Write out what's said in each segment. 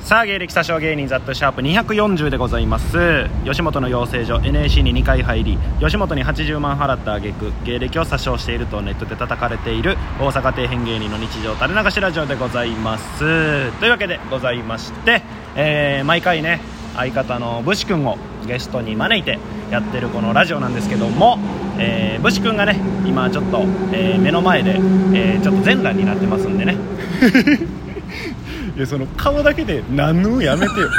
さあ芸歴詐称芸人ザットシャープ240でございます。吉本の養成所 NAC に2回入り、吉本に80万払った挙句芸歴を詐称しているとネットで叩かれている大阪底辺芸人の日常垂れ流しラジオでございます。というわけでございまして、毎回ね相方のブシ君をゲストに招いてやってるこのラジオなんですけども、ブシ君がね今ちょっと、目の前で、ちょっと全裸になってますんでねいやその顔だけで何のやめてよ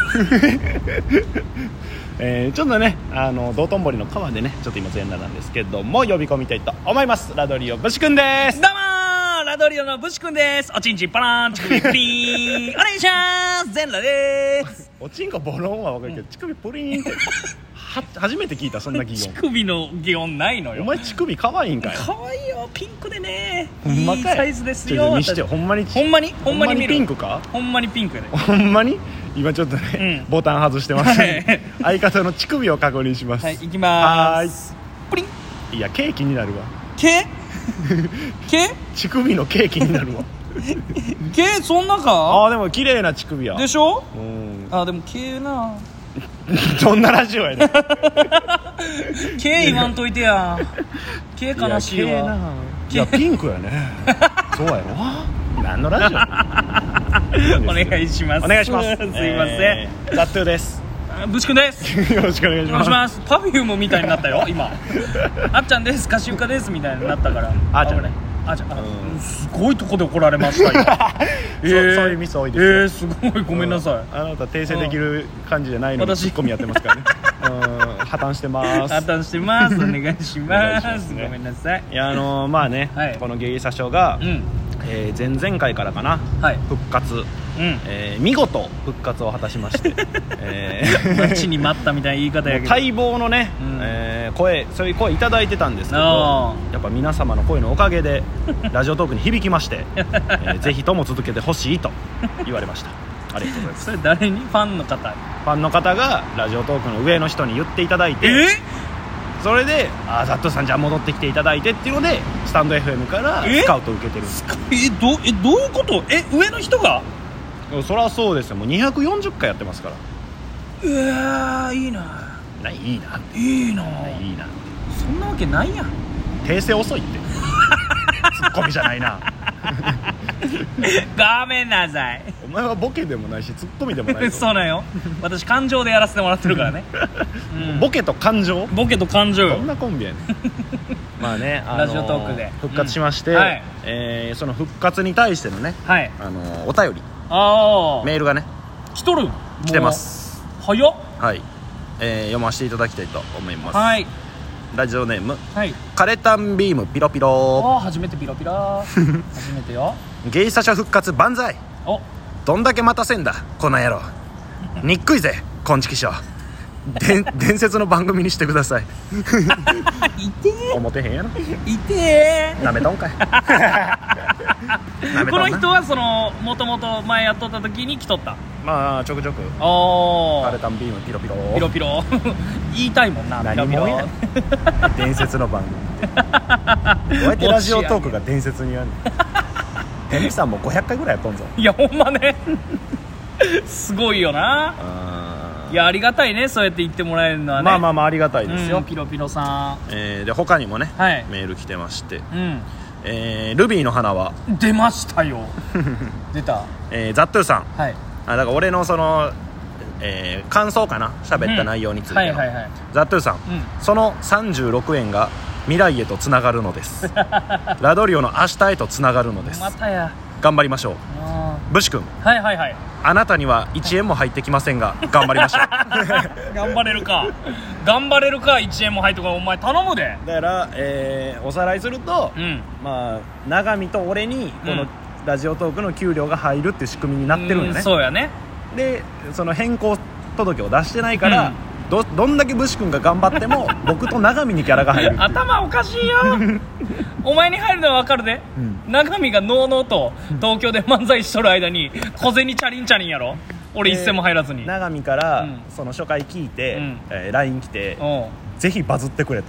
ちょっとね道頓堀の川でねちょっと今全裸なんですけども呼び込みたいと思います。ラドリオブシ君です。 どうもー、ラドリオのブシ君です。おちんちんパランチクビプリーンお願いします。全裸でーす。 おちんこボロンは分かるけど乳首プリーンって初めて聞いた。そんな擬音乳首の擬音ないのよ。 お前乳首可愛いんかよ。 可愛いよ、ピンクでね、 ほんまかいいいサイズですよ。 見してよ。ほんまにほんまに見る。 ピンクか。 ほんまにピンクやね。 ほんまに今ちょっとね、ボタン外してます、ね、相方の乳首を確認します。 はい、行きまーす。プリン。 いやケーキになるわ。 毛乳首のケーキになるわ毛そんなか。 あでも綺麗な乳首やでしょ。 うんあでも毛などんなラジオやねん毛言わんといてや。毛悲しいわ。 いやピンクやねそうやろ。何のラジオお願いします。 お願いしますすいません、 ザットゥです。 ブシ君です。 よろしくお願いします。 パフュームみたいになったよ今あっちゃんです、カシウカですみたいになったから。 あっちゃんね。 すごいとこで怒られましたよそういうミス多いですよ。すごいごめんなさい。 あなた訂正できる感じじゃないのにツッコミやってますからね破綻してます。 破綻してます。お願いしますごめんなさい。 いやまあね、はい、この芸詐称が、前々回からかな、はい、復活、見事復活を果たしまして待ちに待ったみたいな言い方やけど待望のね、そういう声いただいてたんですけど、やっぱ皆様の声のおかげでラジオトークに響きまして、ぜひとも続けてほしいと言われました。ありがとうございます。 それ誰に？ファンの方がラジオトークの上の人に言っていただいて、それでザットさんじゃあ戻ってきていただいてっていうのでスタンド FM からスカウト受けてるんです。 どういうこと？上の人が？ そりゃそうですよ。もう240回やってますから。 うわーいいな。 いいな。 そんなわけないやん。 訂正遅いってツッコミじゃないなごめんなさい。 お前はボケでもないしツッコミでもないそうなんよ。私感情でやらせてもらってるからねボケと感情よ。どんなコンビやねんまあね、 ラジオトークで復活しまして、その復活に対してのね、お便りメールがね来てます。 早っ。 はい、読ませていただきたいと思います。 はい。 ラジオネーム、カレタンビームピロピロ。 初めてピロピロ初めてよ。 ゲイサシャ復活万歳。どんだけ待たせんだこの野郎にっくいぜこんちきしょ伝説の番組にしてくださいいてー。 思ってへんやろ。 いてー。 なめとんかいこの人はそのもともと前やっとった時に来とった。 まあちょくちょくカレタンビームピロピロ言いたいもんな。 何も言えない伝説の番組どうやってラジオトークが伝説にやるの天気さんも500回ぐらいやっとんぞ。 いやほんまねすごいよな。いやありがたいね、そうやって言ってもらえるのはね。 まあありがたいですよ、 ピロピロさん。 で他にもね、メール来てまして、ルビーの花は出ましたよ出た。 ザットゥさん、だから俺のその、感想かな、喋った内容についての、ザットゥさん、その36円が未来へとつながるのですラドリオの明日へとつながるのです。 またや。 頑張りましょう。ブシ君、あなたには1円も入ってきませんが頑張りましょう頑張れるか1円も入ってこない。お前頼むで。 だから、おさらいすると、まあ永見と俺にこのラジオトークの給料が入るっていう仕組みになってるんだね。 そうやね。 でその変更届を出してないから、どんだけブシ君が頑張っても僕と永見にギャラが入る頭おかしいよお前に入るのは分かるで、永見がノーノーと東京で漫才しとる間に小銭チャリンチャリンやろ。俺一銭も入らずに。 永見から、その初回聞いて、LINE 来て、ぜひバズってくれと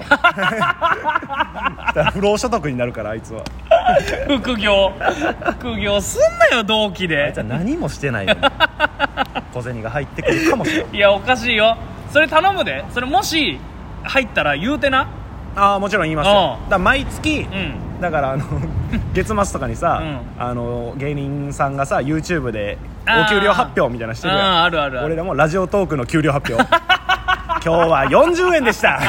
不労所得になるからあいつは副業すんなよ同期で。 あいつは何もしてないのにこ小銭が入ってくるかもしれない。 いやおかしいよ、それ頼むで。それもし入ったら言うてな。 ああもちろん言いますよ。だから毎月、 うんだから月末とかにさ、 う芸人さんがさ YouTube でお給料発表みたいなのしてるやん。 あるあるある。 俺らもラジオトークの給料発表今日は40円でした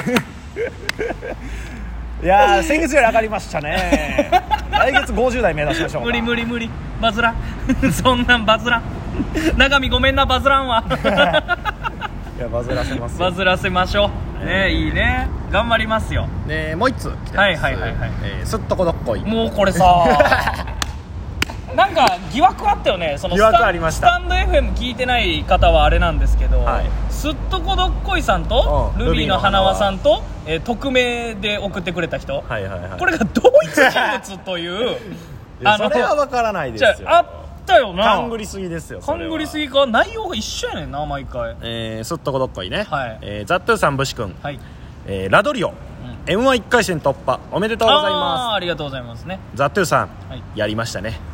いやー先月より上がりましたね来月50代目指しましょうか。 無理バズらんそんなんバズらん中身ごめんな、バズらんわいやバズらせますよ。 バズらせましょうね。いいね、頑張りますよ。 でもう一つ来てます。 はい、 すっとこどっこい。 もうこれさなんか疑惑あったよね。その疑惑ありました。 スタンド FM 聞いてない方はあれなんですけど、 はい、 すっとこどっこいさんとルビーの花輪さんと、匿名で送ってくれた人、 はいはいはい、 これが同一人物というそれは分からないですよ。 じゃあったよな。 勘ぐりすぎですよ。 勘ぐりすぎか。内容が一緒やねんな毎回。 すっとこどっこいね、 はい、 ザットゥーさん、ブシ君、 はい、 ラドリオ、M11 回戦突破おめでとうございます。 ありがとうございますね。 ザットゥーさん、 はい、 やりましたね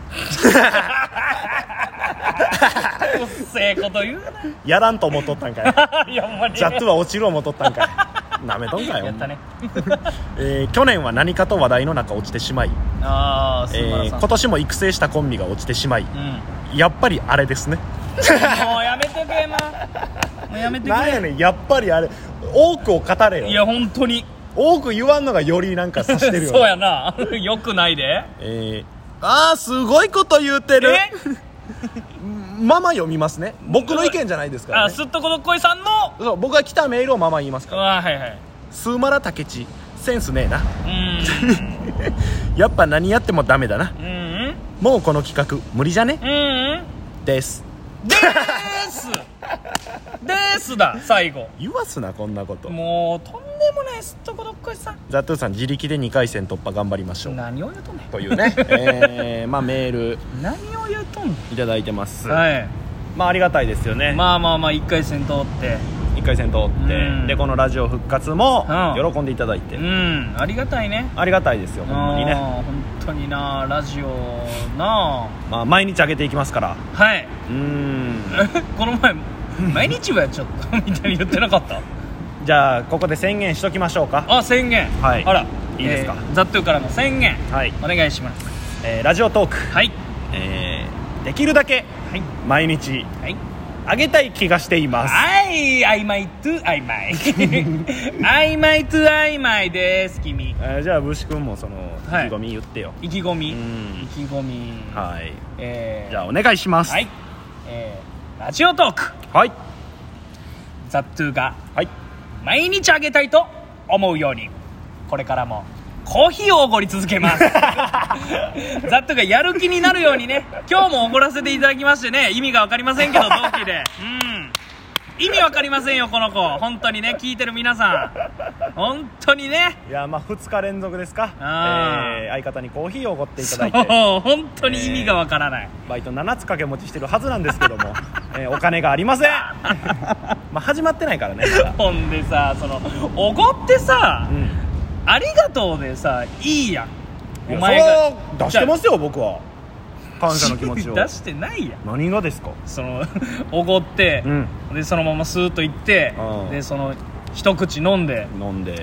うっせえこと言うなやらんと思っとったんかいいやほんまにザットゥーは落ちる思っとったんかいなめとんかよ。 やったね去年は何かと話題の中落ちてしまい、 あー今年も育成したコンビが落ちてしまい、やっぱりあれですねもうやめてくれな、もうやめてくれ。 なんやねん、やっぱりあれ。多くを語れよ。 いや本当に多く言わんのがよりなんかさしてるよそうやなよくないで。 すごいこと言うてるママ読みますね。僕の意見じゃないですからね。 すっとこどっこいさんのそう僕が来たメールをママ言いますから。 はいはい。 スーマラタケチセンスねえなやっぱ何やってもダメだな。もうこの企画無理じゃねですですだ最後言わすなこんなこと。 もうとんでもないすっとこどっこいさん。 ザットゥーさん自力で2回戦突破頑張りましょう。 何を言うとんねんというねまあメール何を言うとんねん。 いただいてます。 はいまあありがたいですよね。 まあ1回戦通って 1回戦通ってでこのラジオ復活も喜んでいただいてありがたいね。 ありがたいですよほんまにね。 本当になラジオなまあ毎日上げていきますから。 はいこの前毎日はちょっとみたいに言ってなかったじゃあここで宣言しときましょうか。 宣言。 はいあらいいですか。 ザットゥーからの宣言、 はいお願いします。 ラジオトーク、 はいできるだけはい毎日はい上げたい気がしています。 曖昧と曖昧曖昧と曖昧です君。 じゃあブシ君もその意気込み言ってよ。 意気込みはい、じゃゃあお願いします。 はい、ラジオトーク、 はいザットゥーがはい毎日あげたいと思うようにこれからもコーヒーをおごり続けますザットゥーがやる気になるようにね今日もおごらせていただきましてね、意味が分かりませんけど同期で意味分かりませんよこの子。本当にね聞いてる皆さん本当にね。 いやまあ2日連続ですか。相方にコーヒーをおごっていただいてそう本当に意味が分からない、 バイト7つ掛け持ちしてるはずなんですけども、お金がありませんまあ始まってないからねまだほんでさそのおごってさ、ありがとうでさいいやん。お前が出してますよ僕は感謝の気持ちを出してないやん。 何がですか。 そのおごって、でそのままスーッと行って、でその一口飲んで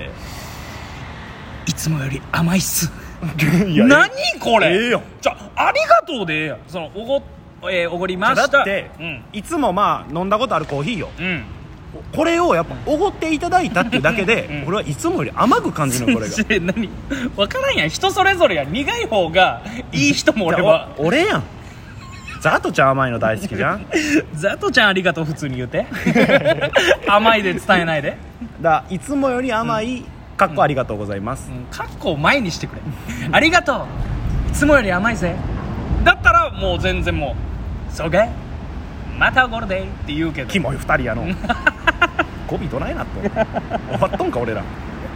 いつもより甘いっすいや何これ。 よじゃありがとうでええやん。そのおごりました。 だって、いつもまあ飲んだことあるコーヒーよ、これをやっぱおごっていただいたっていうだけで、俺はいつもより甘く感じるのこれが何分からんやん。人それぞれやん。苦い方がいい人も俺は俺やん。ザトちゃん甘いの大好きじゃんザトちゃんありがとう普通に言うて甘いで伝えないで。 いつもより甘い、かっこありがとうございます、 かっこを前にしてくれありがとういつもより甘いぜだったらもう全然もうそうかまたおごるでって言うけどキモい2人やの語尾どないなって終わっとんか俺ら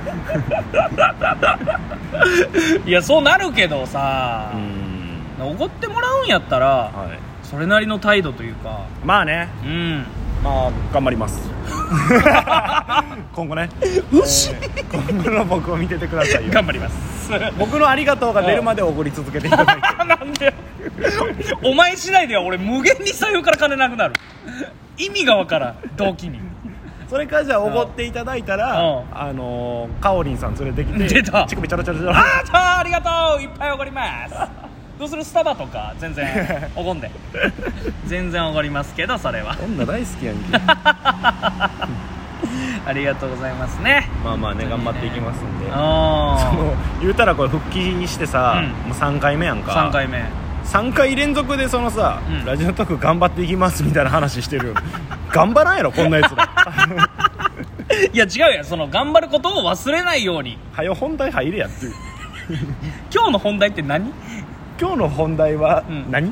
いやそうなるけどさおごってもらうんやったら、それなりの態度というかまあねまあ頑張ります今後ね今後の僕を見ててくださいよ。 頑張ります僕のありがとうが出るまでおごり続けていただいてなんでよお前次第では俺無限に財布から金なくなる意味がわからん動機に。 それからじゃあおごっていただいたらかおりんさん連れてきて出た乳首ちょろちょろちょろありがとういっぱいおごりますどうするスタバとか全然おごんで全然おごりますけどそれは女大好きやんけありがとうございますね。 まあまあね頑張っていきますんであ言うたらこれ復帰してさ、もう3回目やんか。 3回目 3回連続でそのさ、ラジオトーク頑張っていきますみたいな話してる頑張らんやろこんなやつらいや違うやんその頑張ることを忘れないように。 はよ本題入れやっていう今日の本題って何？ 今日の本題は何、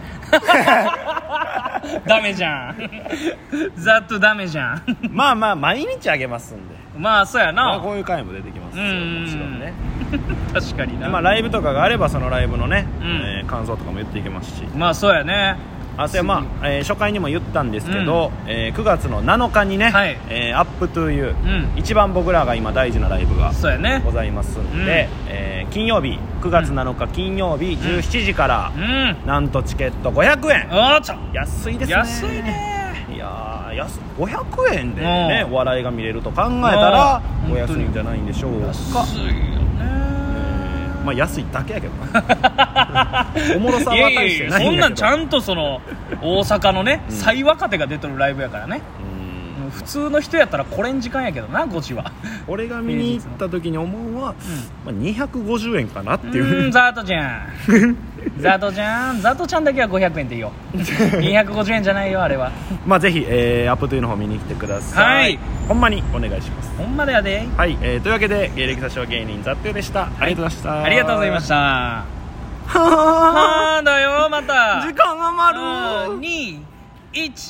ダメじゃんざっとダメじゃんまあまあ毎日あげますんでまあそうやな、 まあ、こういう回も出てきますよもちろんね確かにな。 まあライブとかがあればそのライブのね、感想とかも言っていけますし、 まあそうやね。 それまあ、初回にも言ったんですけど、9月の7日にね、 はいアップトゥーユー、一番僕らが今大事なライブがそうやねございますんで、金曜日9月7日金曜日17時から、なんとチケット500円。安いですね。 安いね。 いや500円でねお笑いが見れると考えたらお安いんじゃないんでしょうか。 安いよね。 まあ安いだけやけどなおもろさは大してないんやけど、 そんなんちゃんとその大阪のね最若手が出てるライブやからね。普通の人やったら来れん時間やけどな5時は。 俺が見に行った時に思うのは、まあ、250円かなっていう。 ザートちゃんザトちゃんだけは500円でいいよ250円じゃないよあれは。 まあぜひ、アップというの方見に来てください。ほんまにお願いします。 ほんまだよで。 はい、というわけで芸歴詐称芸人ザットゥでした。ありがとうございました。 ありがとうございました。 はあだよまた時間余る。 2 1